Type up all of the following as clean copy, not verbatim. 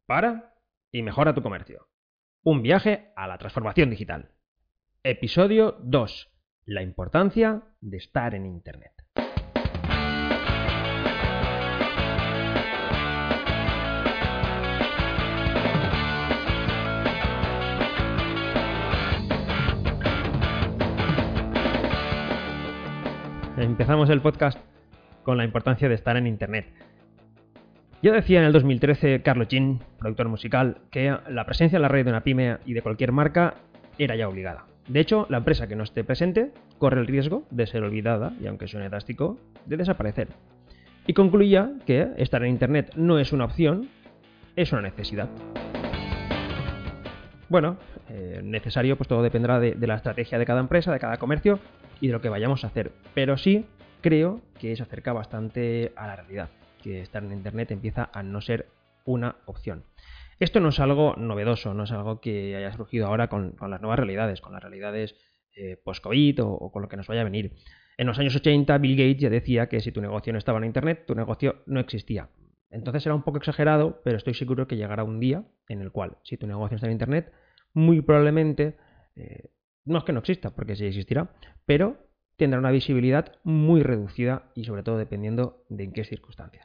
Para y mejora tu comercio. Un viaje a la transformación digital. Episodio 2. La importancia de estar en Internet. Empezamos el podcast con la importancia de estar en Internet. Yo decía en el 2013, Carlos Jean, productor musical, que la presencia en la red de una pyme y de cualquier marca era ya obligada. De hecho, la empresa que no esté presente corre el riesgo de ser olvidada, y aunque suene drástico, de desaparecer. Y concluía que estar en Internet no es una opción, es una necesidad. Bueno, necesario, pues todo dependerá de la estrategia de cada empresa, de cada comercio y de lo que vayamos a hacer. Pero sí creo que se acerca bastante a la realidad, que estar en Internet empieza a no ser una opción. Esto no es algo novedoso, no es algo que haya surgido ahora con las nuevas realidades, con las realidades post-COVID o con lo que nos vaya a venir. En los años 80, Bill Gates ya decía que si tu negocio no estaba en Internet, tu negocio no existía. Entonces era un poco exagerado, pero estoy seguro que llegará un día en el cual, si tu negocio está en Internet, muy probablemente, no es que no exista, porque sí existirá, pero tendrá una visibilidad muy reducida y sobre todo dependiendo de en qué circunstancias.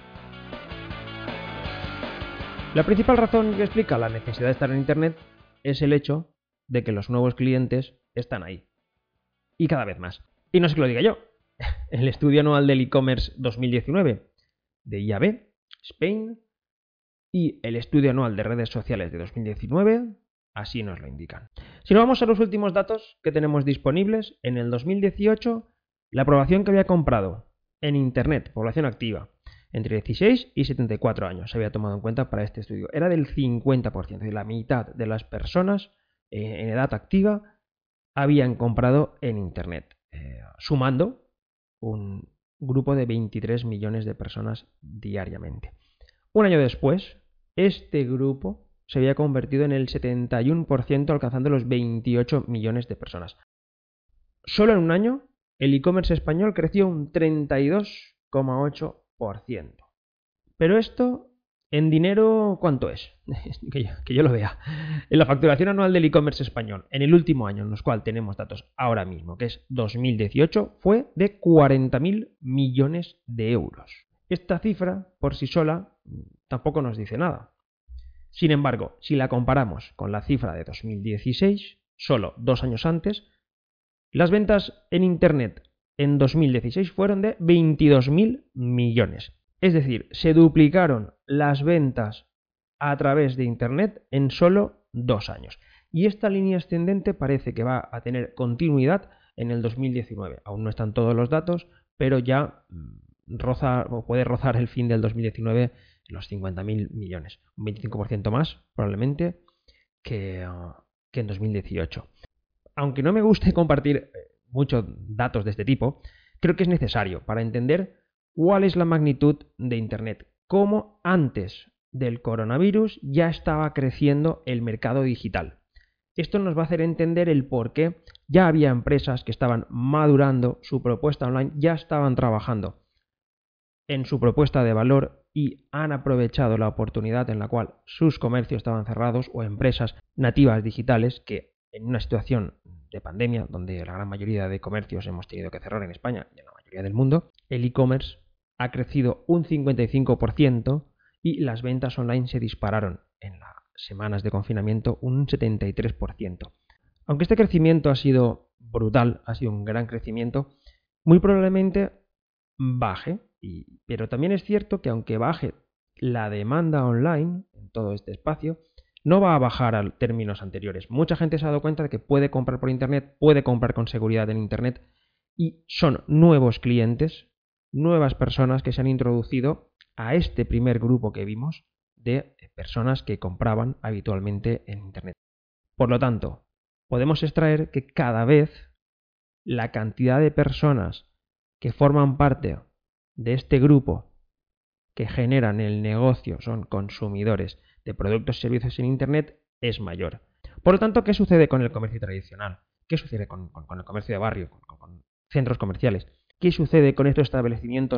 La principal razón que explica la necesidad de estar en Internet es el hecho de que los nuevos clientes están ahí. Y cada vez más. Y no sé que lo diga yo. El estudio anual del e-commerce 2019 de IAB, Spain, y el estudio anual de redes sociales de 2019 así nos lo indican. Si nos vamos a los últimos datos que tenemos disponibles, en el 2018 la población que había comprado en Internet, población activa, entre 16 y 74 años se había tomado en cuenta para este estudio. Era del 50%, de la mitad de las personas en edad activa habían comprado en Internet, sumando un grupo de 23 millones de personas diariamente. Un año después, este grupo se había convertido en el 71%, alcanzando los 28 millones de personas. Solo en un año, el e-commerce español creció un 32,8%. Pero esto, en dinero, ¿cuánto es? que yo lo vea. En la facturación anual del e-commerce español, en el último año en los cuales tenemos datos ahora mismo, que es 2018, fue de 40.000 millones de euros. Esta cifra, por sí sola, tampoco nos dice nada. Sin embargo, si la comparamos con la cifra de 2016, solo 2 años antes, las ventas en Internet en 2016 fueron de 22.000 millones. Es decir, se duplicaron las ventas a través de Internet en solo 2 años. Y esta línea ascendente parece que va a tener continuidad en el 2019. Aún no están todos los datos, pero ya puede rozar el fin del 2019 los 50.000 millones. Un 25% más, probablemente, que en 2018. Aunque no me guste compartir muchos datos de este tipo, creo que es necesario para entender cuál es la magnitud de Internet. Cómo antes del coronavirus ya estaba creciendo el mercado digital. Esto nos va a hacer entender el por qué ya había empresas que estaban madurando su propuesta online, ya estaban trabajando en su propuesta de valor y han aprovechado la oportunidad en la cual sus comercios estaban cerrados, o empresas nativas digitales que en una situación de pandemia, donde la gran mayoría de comercios hemos tenido que cerrar en España y en la mayoría del mundo, el e-commerce ha crecido un 55% y las ventas online se dispararon en las semanas de confinamiento un 73%. Aunque este crecimiento ha sido brutal, ha sido un gran crecimiento, muy probablemente baje, pero también es cierto que aunque baje la demanda online en todo este espacio, no va a bajar a términos anteriores. Mucha gente se ha dado cuenta de que puede comprar por Internet, puede comprar con seguridad en Internet, y son nuevos clientes, nuevas personas que se han introducido a este primer grupo que vimos de personas que compraban habitualmente en Internet. Por lo tanto, podemos extraer que cada vez la cantidad de personas que forman parte de este grupo que generan el negocio, son consumidores de productos y servicios en Internet, es mayor. Por lo tanto, ¿qué sucede con el comercio tradicional? ¿Qué sucede con el comercio de barrio, con centros comerciales? ¿Qué sucede con estos establecimientos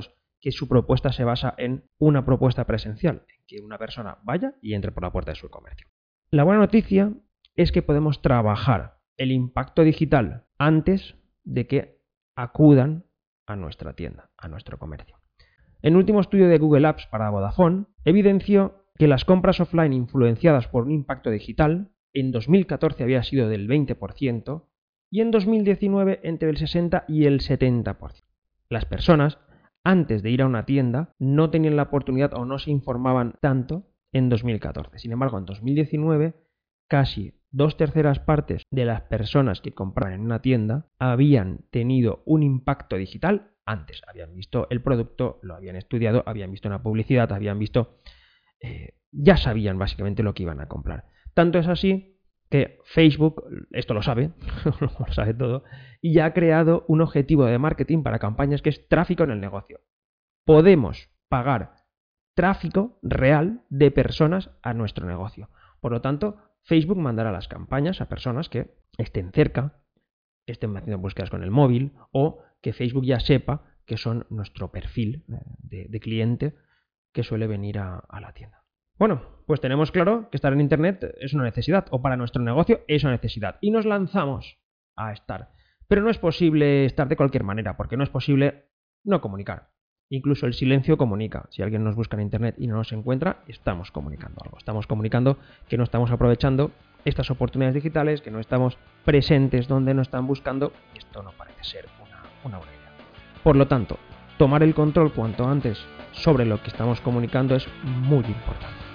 que su propuesta se basa en una propuesta presencial, en que una persona vaya y entre por la puerta de su comercio. La buena noticia es que podemos trabajar el impacto digital antes de que acudan a nuestra tienda, a nuestro comercio. En un último estudio de Google Apps para Vodafone, evidenció que las compras offline influenciadas por un impacto digital en 2014 había sido del 20% y en 2019 entre el 60 y el 70%. Las personas, antes de ir a una tienda, no tenían la oportunidad o no se informaban tanto en 2014. Sin embargo, en 2019, casi 2/3 partes de las personas que compraban en una tienda habían tenido un impacto digital antes. Habían visto el producto, lo habían estudiado, habían visto una publicidad, habían visto... ya sabían básicamente lo que iban a comprar. Tanto es así que Facebook, esto lo sabe, lo sabe todo, y ya ha creado un objetivo de marketing para campañas que es tráfico en el negocio. Podemos pagar tráfico real de personas a nuestro negocio. Por lo tanto, Facebook mandará las campañas a personas que estén cerca, que estén haciendo búsquedas con el móvil o que Facebook ya sepa que son nuestro perfil de cliente que suele venir a la tienda. Bueno, pues tenemos claro que estar en Internet es una necesidad, o para nuestro negocio es una necesidad, y nos lanzamos a estar. Pero no es posible estar de cualquier manera, porque no es posible no comunicar. Incluso el silencio comunica. Si alguien nos busca en Internet y no nos encuentra, estamos comunicando algo. Estamos comunicando que no estamos aprovechando estas oportunidades digitales, que no estamos presentes donde nos están buscando, y esto no parece ser una buena idea. Por lo tanto, tomar el control cuanto antes sobre lo que estamos comunicando es muy importante.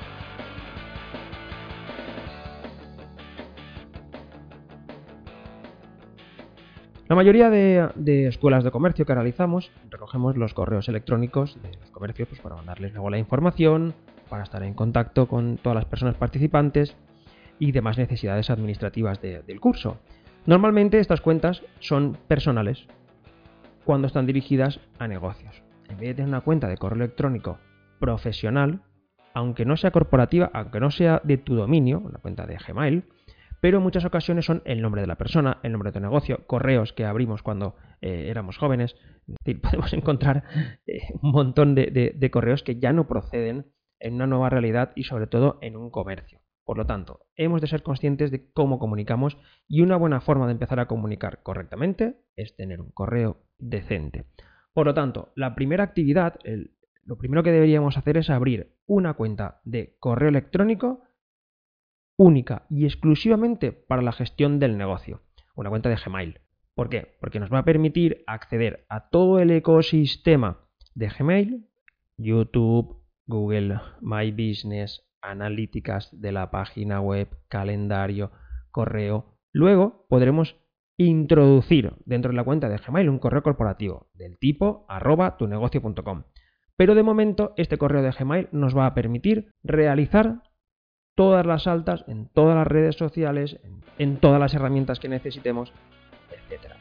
La mayoría de escuelas de comercio que realizamos, recogemos los correos electrónicos de los comercios pues, para mandarles luego la información, para estar en contacto con todas las personas participantes y demás necesidades administrativas del curso. Normalmente estas cuentas son personales cuando están dirigidas a negocios. En vez de tener una cuenta de correo electrónico profesional, aunque no sea corporativa, aunque no sea de tu dominio, una cuenta de Gmail, pero en muchas ocasiones son el nombre de la persona, el nombre de tu negocio, correos que abrimos cuando éramos jóvenes. Es decir, podemos encontrar un montón de correos que ya no proceden en una nueva realidad y sobre todo en un comercio. Por lo tanto, hemos de ser conscientes de cómo comunicamos y una buena forma de empezar a comunicar correctamente es tener un correo decente. Por lo tanto, la primera actividad, lo primero que deberíamos hacer es abrir una cuenta de correo electrónico única y exclusivamente para la gestión del negocio, una cuenta de Gmail. ¿Por qué? Porque nos va a permitir acceder a todo el ecosistema de Gmail, YouTube, Google My Business, analíticas de la página web, calendario, correo. Luego podremos introducir dentro de la cuenta de Gmail un correo corporativo del tipo @tunegocio.com. Pero de momento este correo de Gmail nos va a permitir realizar todas las altas en todas las redes sociales, en todas las herramientas que necesitemos, etc.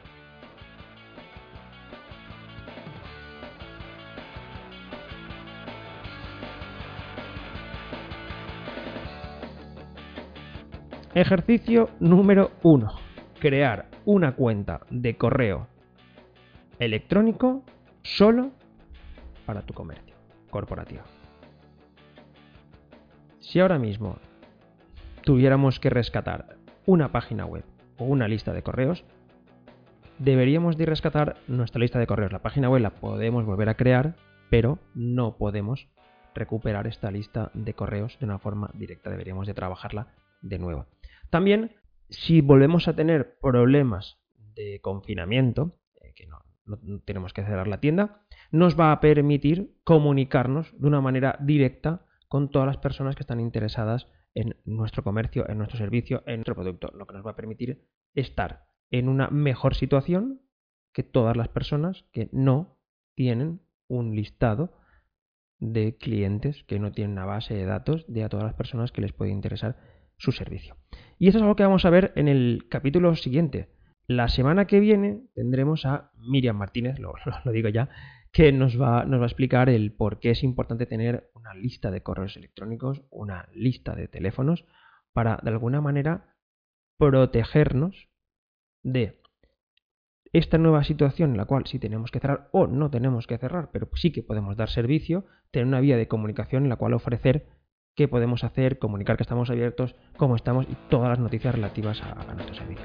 Ejercicio número 1. Crear una cuenta de correo electrónico solo para tu comercio corporativo. Si ahora mismo tuviéramos que rescatar una página web o una lista de correos, deberíamos de rescatar nuestra lista de correos. La página web la podemos volver a crear, pero no podemos recuperar esta lista de correos de una forma directa. Deberíamos de trabajarla de nuevo. También, si volvemos a tener problemas de confinamiento, que no tenemos que cerrar la tienda, nos va a permitir comunicarnos de una manera directa con todas las personas que están interesadas en nuestro comercio, en nuestro servicio, en nuestro producto, lo que nos va a permitir estar en una mejor situación que todas las personas que no tienen un listado de clientes, que no tienen una base de datos de a todas las personas que les puede interesar su servicio. Y eso es algo que vamos a ver en el capítulo siguiente. La semana que viene tendremos a Miriam Martínez, lo digo ya, que nos va a explicar el por qué es importante tener una lista de correos electrónicos, una lista de teléfonos, para de alguna manera protegernos de esta nueva situación en la cual sí tenemos que cerrar o no tenemos que cerrar, pero sí que podemos dar servicio, tener una vía de comunicación en la cual ofrecer qué podemos hacer, comunicar que estamos abiertos, cómo estamos y todas las noticias relativas a nuestro servicio.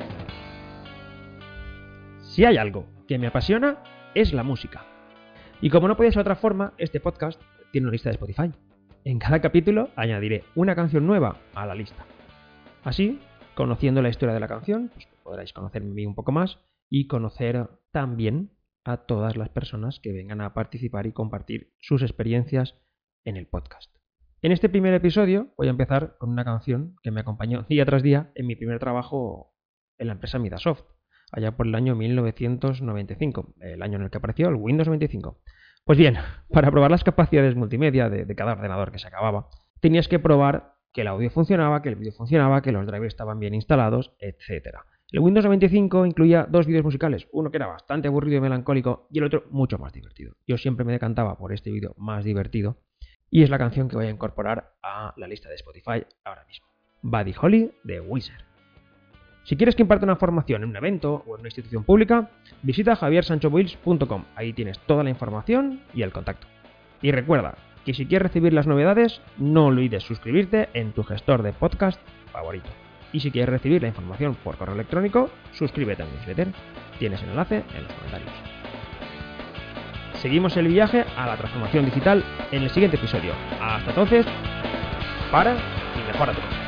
Si hay algo que me apasiona, es la música. Y como no podía ser de otra forma, este podcast tiene una lista de Spotify. En cada capítulo añadiré una canción nueva a la lista. Así, conociendo la historia de la canción, pues podréis conocerme un poco más y conocer también a todas las personas que vengan a participar y compartir sus experiencias en el podcast. En este primer episodio voy a empezar con una canción que me acompañó día tras día en mi primer trabajo en la empresa Midasoft, allá por el año 1995, el año en el que apareció el Windows 95. Pues bien, para probar las capacidades multimedia de cada ordenador que se acababa, tenías que probar que el audio funcionaba, que el vídeo funcionaba, que los drivers estaban bien instalados, etc. El Windows 95 incluía dos vídeos musicales, uno que era bastante aburrido y melancólico y el otro mucho más divertido. Yo siempre me decantaba por este vídeo más divertido y es la canción que voy a incorporar a la lista de Spotify ahora mismo. Buddy Holly de Weezer. Si quieres que imparta una formación en un evento o en una institución pública, visita javiersanchobuils.com. Ahí tienes toda la información y el contacto. Y recuerda que si quieres recibir las novedades, no olvides suscribirte en tu gestor de podcast favorito. Y si quieres recibir la información por correo electrónico, suscríbete al newsletter. Tienes el enlace en los comentarios. Seguimos el viaje a la transformación digital en el siguiente episodio. Hasta entonces, para y mejora todo.